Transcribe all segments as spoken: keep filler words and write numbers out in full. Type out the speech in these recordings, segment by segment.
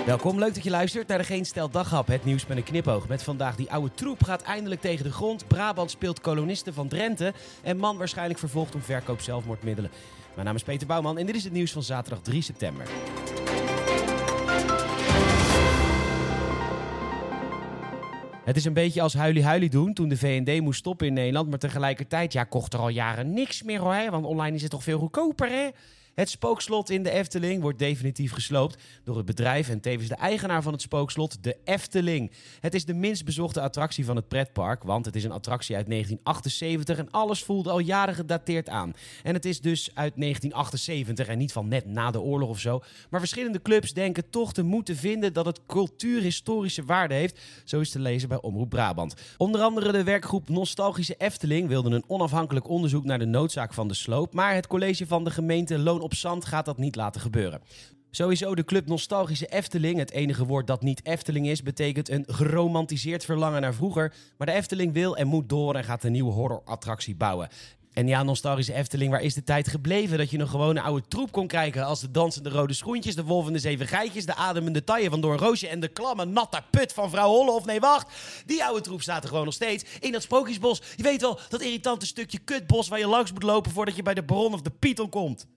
Welkom, leuk dat je luistert naar de Geen Stel Daghap, het nieuws met een knipoog. Met vandaag die oude troep gaat eindelijk tegen de grond. Brabant speelt kolonisten van Drenthe. En man waarschijnlijk vervolgd om verkoop zelfmoordmiddelen. Mijn naam is Peter Bouwman en dit is het nieuws van zaterdag drie september. Het is een beetje als huilie-huilie doen toen de V N D moest stoppen in Nederland. Maar tegelijkertijd, ja, kocht er al jaren niks meer hoor. Want online is het toch veel goedkoper hè? Het spookslot in de Efteling wordt definitief gesloopt door het bedrijf en tevens de eigenaar van het spookslot, de Efteling. Het is de minst bezochte attractie van het pretpark, want het is een attractie uit negentien achtenzeventig en alles voelde al jaren gedateerd aan. En het is dus uit negentien achtenzeventig en niet van net na de oorlog of zo. Maar verschillende clubs denken toch te moeten vinden dat het cultuurhistorische waarde heeft. Zo is te lezen bij Omroep Brabant. Onder andere de werkgroep Nostalgische Efteling wilde een onafhankelijk onderzoek naar de noodzaak van de sloop, maar het college van de gemeente Loon op Zand gaat dat niet laten gebeuren. Sowieso de club Nostalgische Efteling, het enige woord dat niet Efteling is, betekent een geromantiseerd verlangen naar vroeger. Maar de Efteling wil en moet door en gaat een nieuwe horrorattractie bouwen. En ja, Nostalgische Efteling, waar is de tijd gebleven dat je nog gewoon een oude troep kon kijken als de dansende rode schoentjes, de wolvende zeven geitjes, de ademende taille van Doornroosje en de klamme natte put van vrouw Holle? Of nee, wacht, die oude troep staat er gewoon nog steeds in dat sprookjesbos. Je weet wel, dat irritante stukje kutbos waar je langs moet lopen voordat je bij de Baron of de Python komt.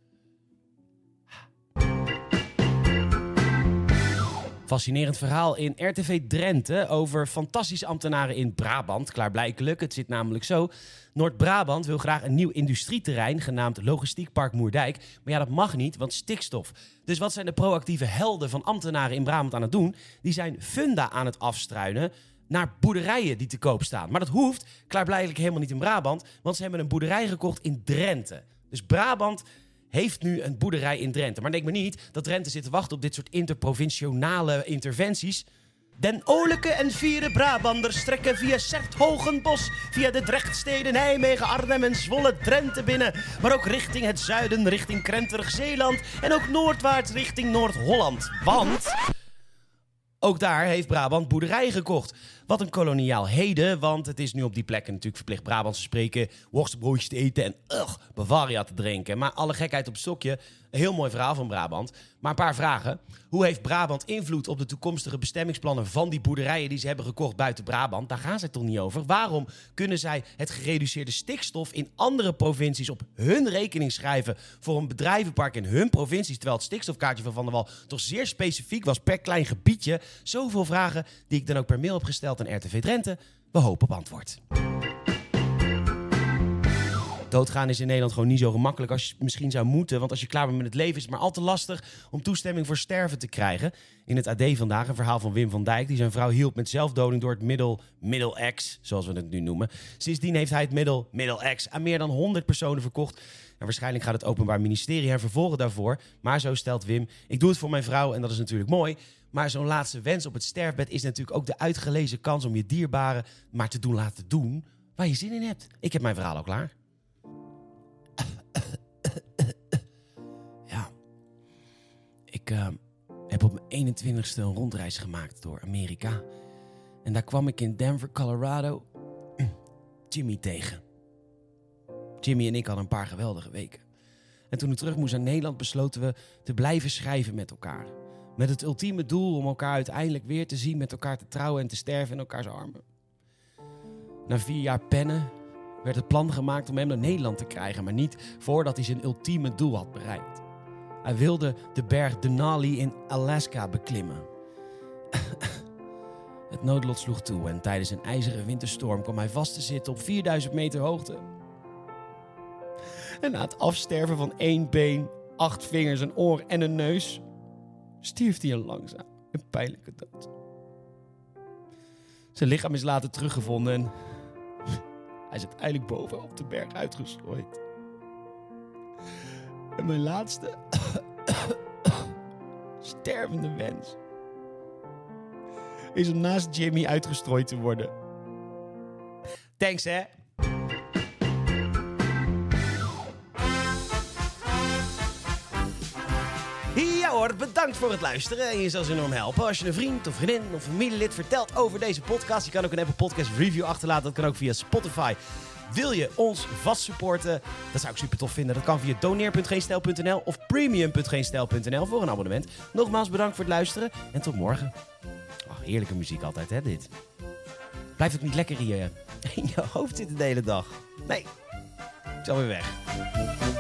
Fascinerend verhaal in R T V Drenthe over fantastische ambtenaren in Brabant. Klaarblijkelijk, het zit namelijk zo. Noord-Brabant wil graag een nieuw industrieterrein genaamd Logistiek Park Moerdijk. Maar ja, dat mag niet, want stikstof. Dus wat zijn de proactieve helden van ambtenaren in Brabant aan het doen? Die zijn funda aan het afstruinen naar boerderijen die te koop staan. Maar dat hoeft klaarblijkelijk helemaal niet in Brabant, want ze hebben een boerderij gekocht in Drenthe. Dus Brabant heeft nu een boerderij in Drenthe. Maar denk maar niet dat Drenthe zit te wachten op dit soort interprovinciale interventies. Den olijke en vierde Brabanders trekken via Serthogenbos, via de Drechtsteden, Nijmegen, Arnhem en Zwolle Drenthe binnen. Maar ook richting het zuiden, richting Krenterig Zeeland en ook noordwaarts richting Noord-Holland. Want ook daar heeft Brabant boerderijen gekocht. Wat een koloniaal heden, want het is nu op die plekken natuurlijk verplicht Brabants te spreken, worstbroodjes te eten en ugh, Bavaria te drinken. Maar alle gekheid op het stokje, een heel mooi verhaal van Brabant. Maar een paar vragen. Hoe heeft Brabant invloed op de toekomstige bestemmingsplannen van die boerderijen die ze hebben gekocht buiten Brabant? Daar gaan ze toch niet over. Waarom kunnen zij het gereduceerde stikstof in andere provincies op hun rekening schrijven voor een bedrijvenpark in hun provincies, terwijl het stikstofkaartje van Van der Wal toch zeer specifiek was per klein gebiedje? Zoveel vragen die ik dan ook per mail heb gesteld aan R T V Drenthe. We hopen op antwoord. Doodgaan is in Nederland gewoon niet zo gemakkelijk als je misschien zou moeten. Want als je klaar bent met het leven is het maar al te lastig om toestemming voor sterven te krijgen. In het A D vandaag een verhaal van Wim van Dijk die zijn vrouw hielp met zelfdoding door het middel Middel-X, zoals we het nu noemen. Sindsdien heeft hij het middel Middel-X aan meer dan honderd personen verkocht. En waarschijnlijk gaat het Openbaar Ministerie hem vervolgen daarvoor. Maar zo stelt Wim, ik doe het voor mijn vrouw en dat is natuurlijk mooi. Maar zo'n laatste wens op het sterfbed is natuurlijk ook de uitgelezen kans om je dierbaren maar te doen laten doen waar je zin in hebt. Ik heb mijn verhaal al klaar. Ja, ik uh, heb op mijn eenentwintigste een rondreis gemaakt door Amerika. En daar kwam ik in Denver, Colorado, Jimmy tegen. Jimmy en ik hadden een paar geweldige weken. En toen ik terug moest naar Nederland besloten we te blijven schrijven met elkaar. Met het ultieme doel om elkaar uiteindelijk weer te zien, met elkaar te trouwen en te sterven in elkaars armen. Na vier jaar pennen werd het plan gemaakt om hem naar Nederland te krijgen, maar niet voordat hij zijn ultieme doel had bereikt. Hij wilde de berg Denali in Alaska beklimmen. Het noodlot sloeg toe en tijdens een ijzeren winterstorm kwam hij vast te zitten op vierduizend meter hoogte. En na het afsterven van één been, acht vingers, een oor en een neus, stierf hij een langzaam en pijnlijke dood. Zijn lichaam is later teruggevonden en hij is uiteindelijk boven op de berg uitgestrooid. En mijn laatste stervende wens is om naast Jimmy uitgestrooid te worden. Thanks, hè? Ja hoor, bedankt voor het luisteren. En je zal ze enorm helpen als je een vriend of vriendin of familielid vertelt over deze podcast. Je kan ook een Apple Podcast review achterlaten. Dat kan ook via Spotify. Wil je ons vast supporten? Dat zou ik super tof vinden. Dat kan via doneer punt geen stijl punt n l of premium punt geen stijl punt n l voor een abonnement. Nogmaals bedankt voor het luisteren en tot morgen. Oh, heerlijke muziek altijd, hè, dit. Blijft ook niet lekker hier in je hoofd zitten de hele dag. Nee, ik zal weer weg.